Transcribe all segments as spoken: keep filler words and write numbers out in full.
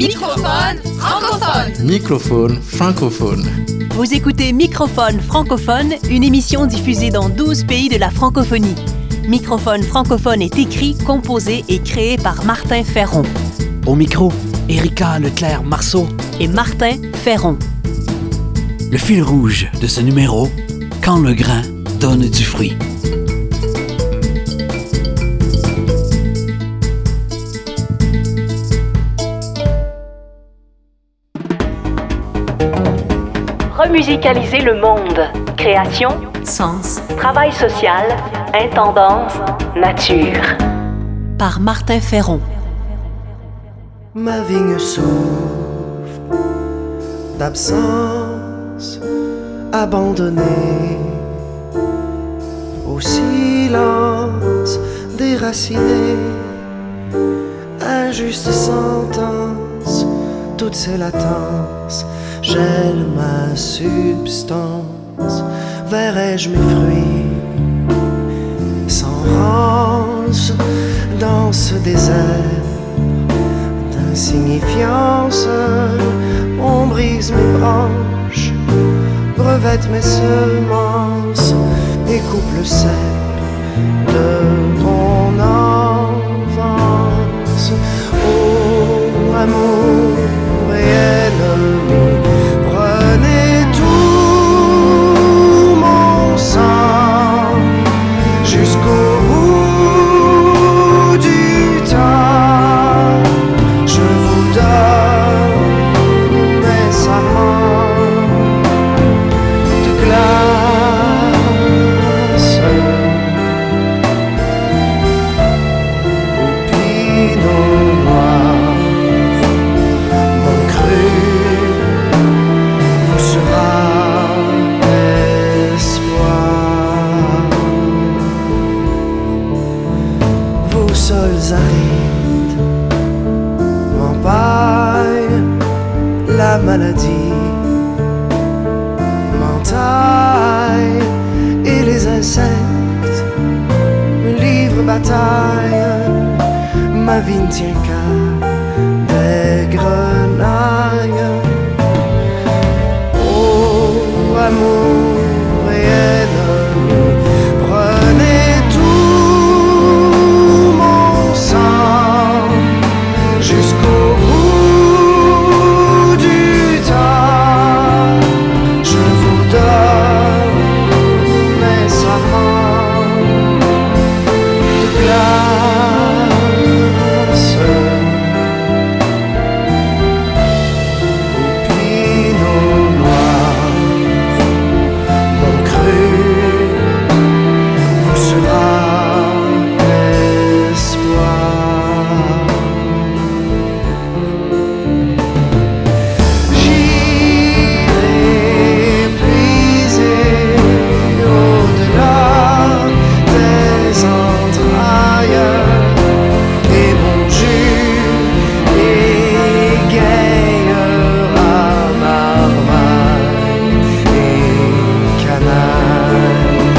Microphone francophone. Microphone francophone. Vous écoutez Microphone francophone, une émission diffusée dans douze pays de la francophonie. Microphone francophone est écrit, composé et créé par Martin Ferron. Au micro, Erika Leclerc-Marceau et Martin Ferron. Le fil rouge de ce numéro, quand le grain donne du fruit. Remusicaliser le monde. Création, sens, travail social, intendance, nature. Par Martin Ferron. Ma vigne souffre d'absence, abandonnée au silence déraciné. Injuste sentence, toutes ces latences, gèle ma substance. Verrai-je mes fruits sans rance dans ce désert d'insignifiance? On brise mes branches, brevette mes semences et coupe le cep de mon enfance. Oh, amour et ennemi, prenez tout mon sang jusqu'au bout du temps. Je vous donne mes serments de glace au pinot noir. Mon cru vous sera espoir. Vos sols arides m'empaillent, la maladie m'entaille et les insectes me livrent bataille. Ma vie ne tient qu'à des grenailles. Oh, amour et ennemi, prenez tout mon sang jusqu'au bout du temps. Je vous donne mes serments de glace au pinot noir. Mon cru vous sera espoir. J'irai puiser au-delà des entrailles et mon jus égayera marmaille et canaille.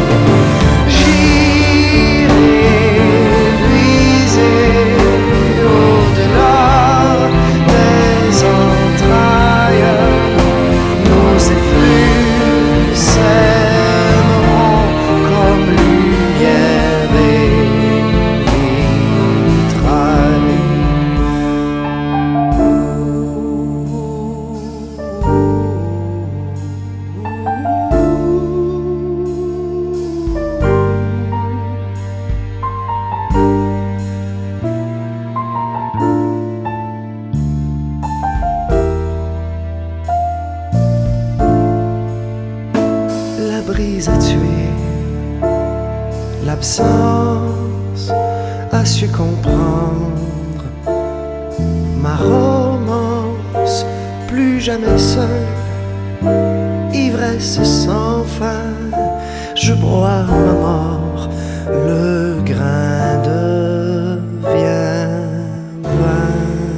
J'irai puiser au-delà des entrailles, nos effluves s'aimeront comme lumière et vitrail. La brise a tué, l'absence a su comprendre ma romance, plus jamais seule, ivresse sans fin. Je broie ma mort, le grain devient vin.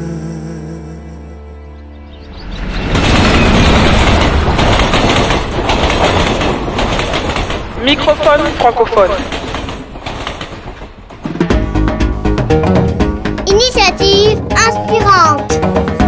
Microphone francophone. Initiative inspirante.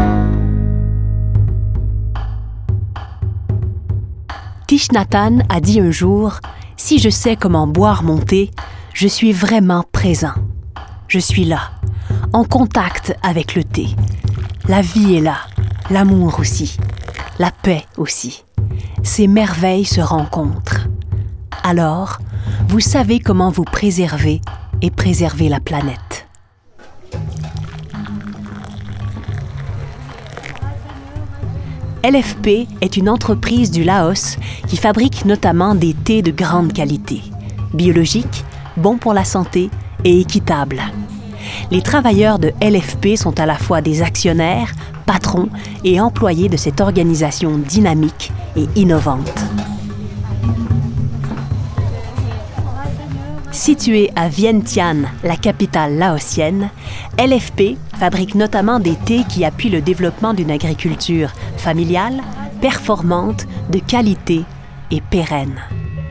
Thich Nhat Hanh a dit un jour « Si je sais comment boire mon thé, je suis vraiment présent. Je suis là, en contact avec le thé. La vie est là, l'amour aussi, la paix aussi. Ces merveilles se rencontrent. Alors, vous savez comment vous préserver et préserver la planète. » L F P est une entreprise du Laos qui fabrique notamment des thés de grande qualité, biologiques, bons pour la santé et équitables. Les travailleurs de L F P sont à la fois des actionnaires, patrons et employés de cette organisation dynamique et innovante. Située à Vientiane, la capitale laotienne, L F P fabrique notamment des thés qui appuient le développement d'une agriculture familiale, performante, de qualité et pérenne.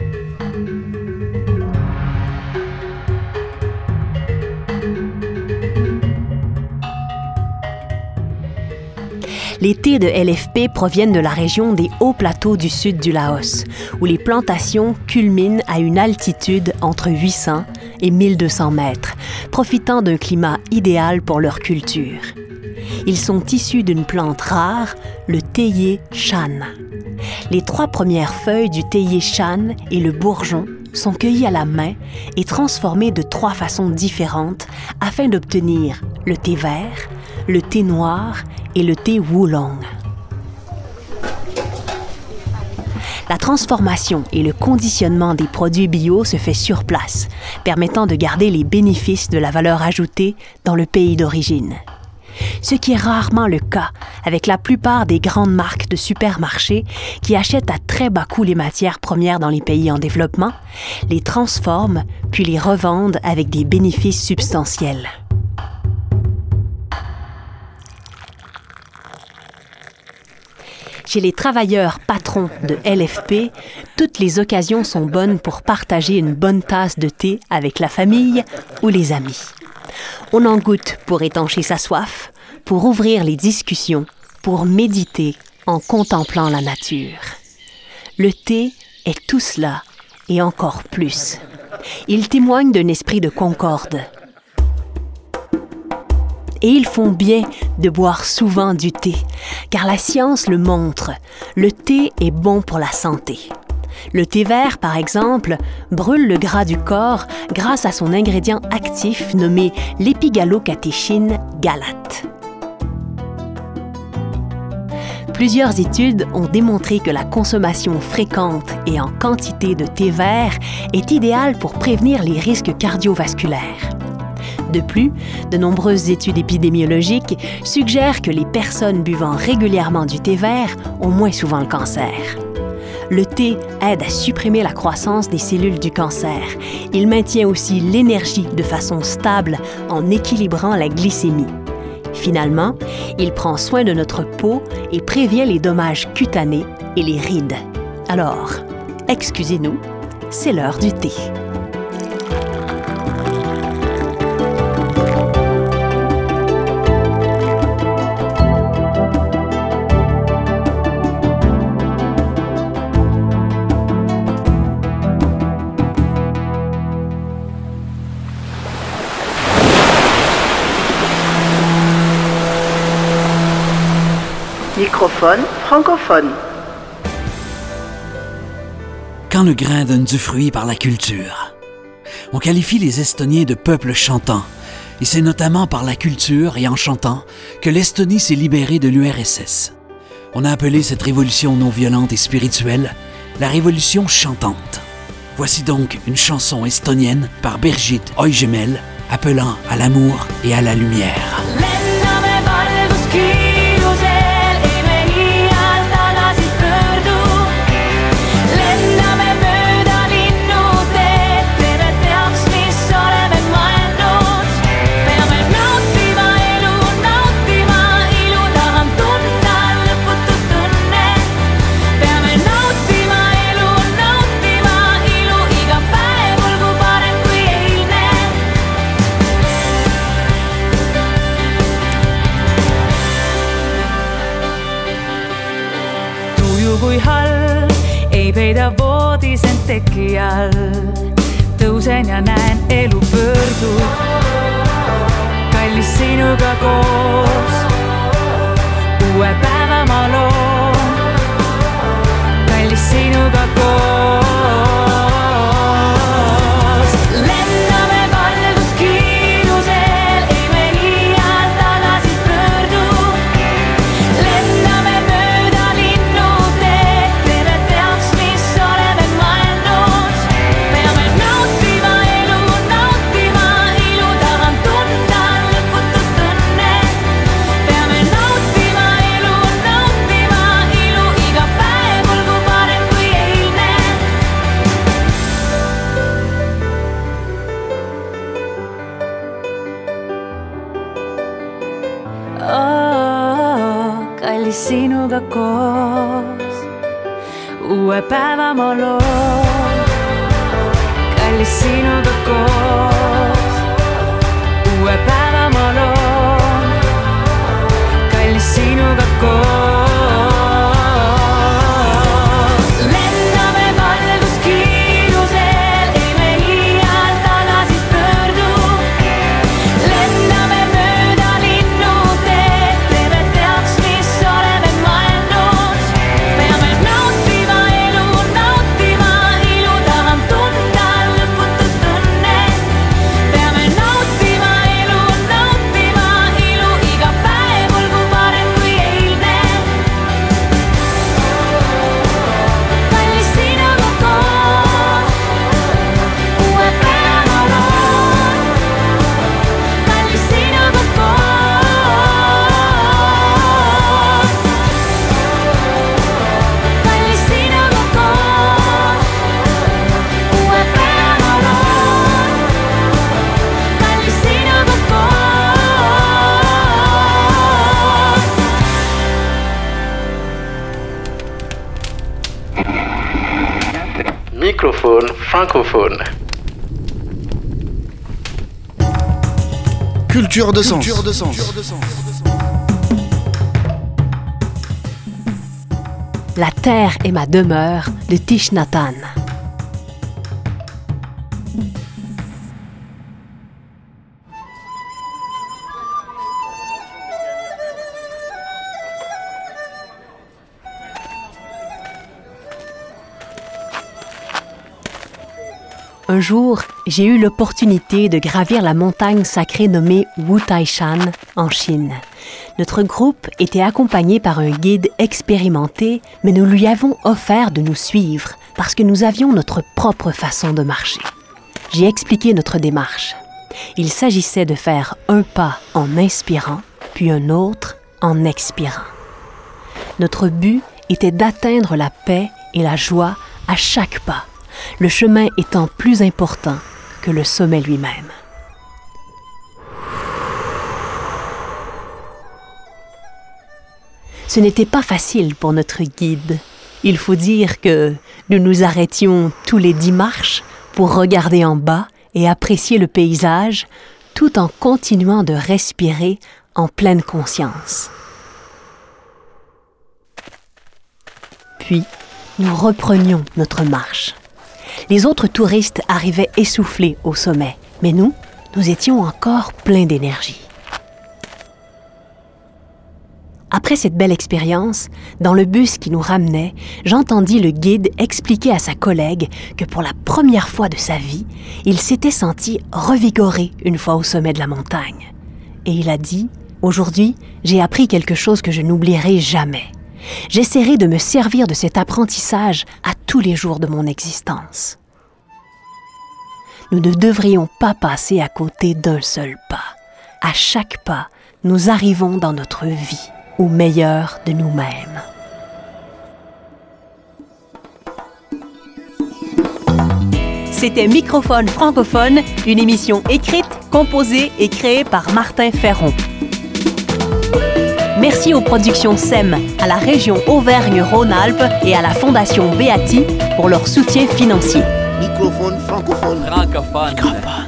Les thés de L F P proviennent de la région des hauts plateaux du sud du Laos, où les plantations culminent à une altitude entre huit cents et mille deux cents mètres, profitant d'un climat idéal pour leur culture. Ils sont issus d'une plante rare, le théier shan. Les trois premières feuilles du théier shan et le bourgeon sont cueillis à la main et transformés de trois façons différentes afin d'obtenir le thé vert, le thé noir et le thé Oolong. La transformation et le conditionnement des produits bio se fait sur place, permettant de garder les bénéfices de la valeur ajoutée dans le pays d'origine. Ce qui est rarement le cas avec la plupart des grandes marques de supermarchés qui achètent à très bas coût les matières premières dans les pays en développement, les transforment puis les revendent avec des bénéfices substantiels. Chez les travailleurs patrons de L F P, toutes les occasions sont bonnes pour partager une bonne tasse de thé avec la famille ou les amis. On en goûte pour étancher sa soif, pour ouvrir les discussions, pour méditer en contemplant la nature. Le thé est tout cela et encore plus. Il témoigne d'un esprit de concorde. Et ils font bien de boire souvent du thé, car la science le montre, le thé est bon pour la santé. Le thé vert, par exemple, brûle le gras du corps grâce à son ingrédient actif nommé l'épigalocatéchine galate. Plusieurs études ont démontré que la consommation fréquente et en quantité de thé vert est idéale pour prévenir les risques cardiovasculaires. De plus, de nombreuses études épidémiologiques suggèrent que les personnes buvant régulièrement du thé vert ont moins souvent le cancer. Le thé aide à supprimer la croissance des cellules du cancer. Il maintient aussi l'énergie de façon stable en équilibrant la glycémie. Finalement, il prend soin de notre peau et prévient les dommages cutanés et les rides. Alors, excusez-nous, c'est l'heure du thé. Microphone francophone. Quand le grain donne du fruit par la culture. On qualifie les Estoniens de peuple chantant, et c'est notamment par la culture et en chantant que l'Estonie s'est libérée de l'U R S S. On a appelé cette révolution non violente et spirituelle la révolution chantante. Voici donc une chanson estonienne par Birgit Oigemel appelant à l'amour et à la lumière. Kui hall ei ei peida voodisen tekijäl. Tõusen ja näen elu pöördub, kallis sinuga koos. Uue päeva ma loon, kallis sinuga koos. Lenname valguskiirusel, ei me iial tagasi pöördu. Lenname mööda linnuteed, teeme teaks, mis oleme mõelnud. Peame nautima elu, nautima ilu, tahan tunda lõputut õnne. Peame nautima elu, nautima ilu, iga päev olgu parem kui eilne. Oh, kallis sinuga koos, uue päeva ma loon. Kallis sinuga koos, uue päeva ma loon. Kallis sinuga koos. Lenname valguskiirusel, ei me iial tagasi pöördu. Lenname mööda linnuteed, teeme teaks, mis oleme mõelnud. Peame nautima elu, nautima ilu, tahan tunda lõputut õnne. Peame nautima elu, nautima ilu, iga päev olgu parem kui eilne. Kallis sinuga koos, uue päeva loon. Kallis sinuga koos. Kallis sinuga koos, uue päeva loon. Kallis sinuga koos. Microphone francophone. Culture de sens. La terre est ma demeure de Thich Nhat Hanh. Un jour, j'ai eu l'opportunité de gravir la montagne sacrée nommée Wu Tai Shan en Chine. Notre groupe était accompagné par un guide expérimenté, mais nous lui avons offert de nous suivre parce que nous avions notre propre façon de marcher. J'ai expliqué notre démarche. Il s'agissait de faire un pas en inspirant, puis un autre en expirant. Notre but était d'atteindre la paix et la joie à chaque pas, le chemin étant plus important que le sommet lui-même. Ce n'était pas facile pour notre guide. Il faut dire que nous nous arrêtions tous les dix marches pour regarder en bas et apprécier le paysage, tout en continuant de respirer en pleine conscience. Puis, nous reprenions notre marche. Les autres touristes arrivaient essoufflés au sommet, mais nous, nous étions encore pleins d'énergie. Après cette belle expérience, dans le bus qui nous ramenait, j'entendis le guide expliquer à sa collègue que pour la première fois de sa vie, il s'était senti revigoré une fois au sommet de la montagne. Et il a dit « Aujourd'hui, j'ai appris quelque chose que je n'oublierai jamais. J'essaierai de me servir de cet apprentissage à tous les jours de mon existence. » Nous ne devrions pas passer à côté d'un seul pas. À chaque pas, nous arrivons dans notre vie au meilleur de nous-mêmes. C'était Microphone francophone, une émission écrite, composée et créée par Martin Ferron. Merci aux productions S E M, à la région Auvergne-Rhône-Alpes et à la Fondation Beati pour leur soutien financier. Microphone francophone. Francophone.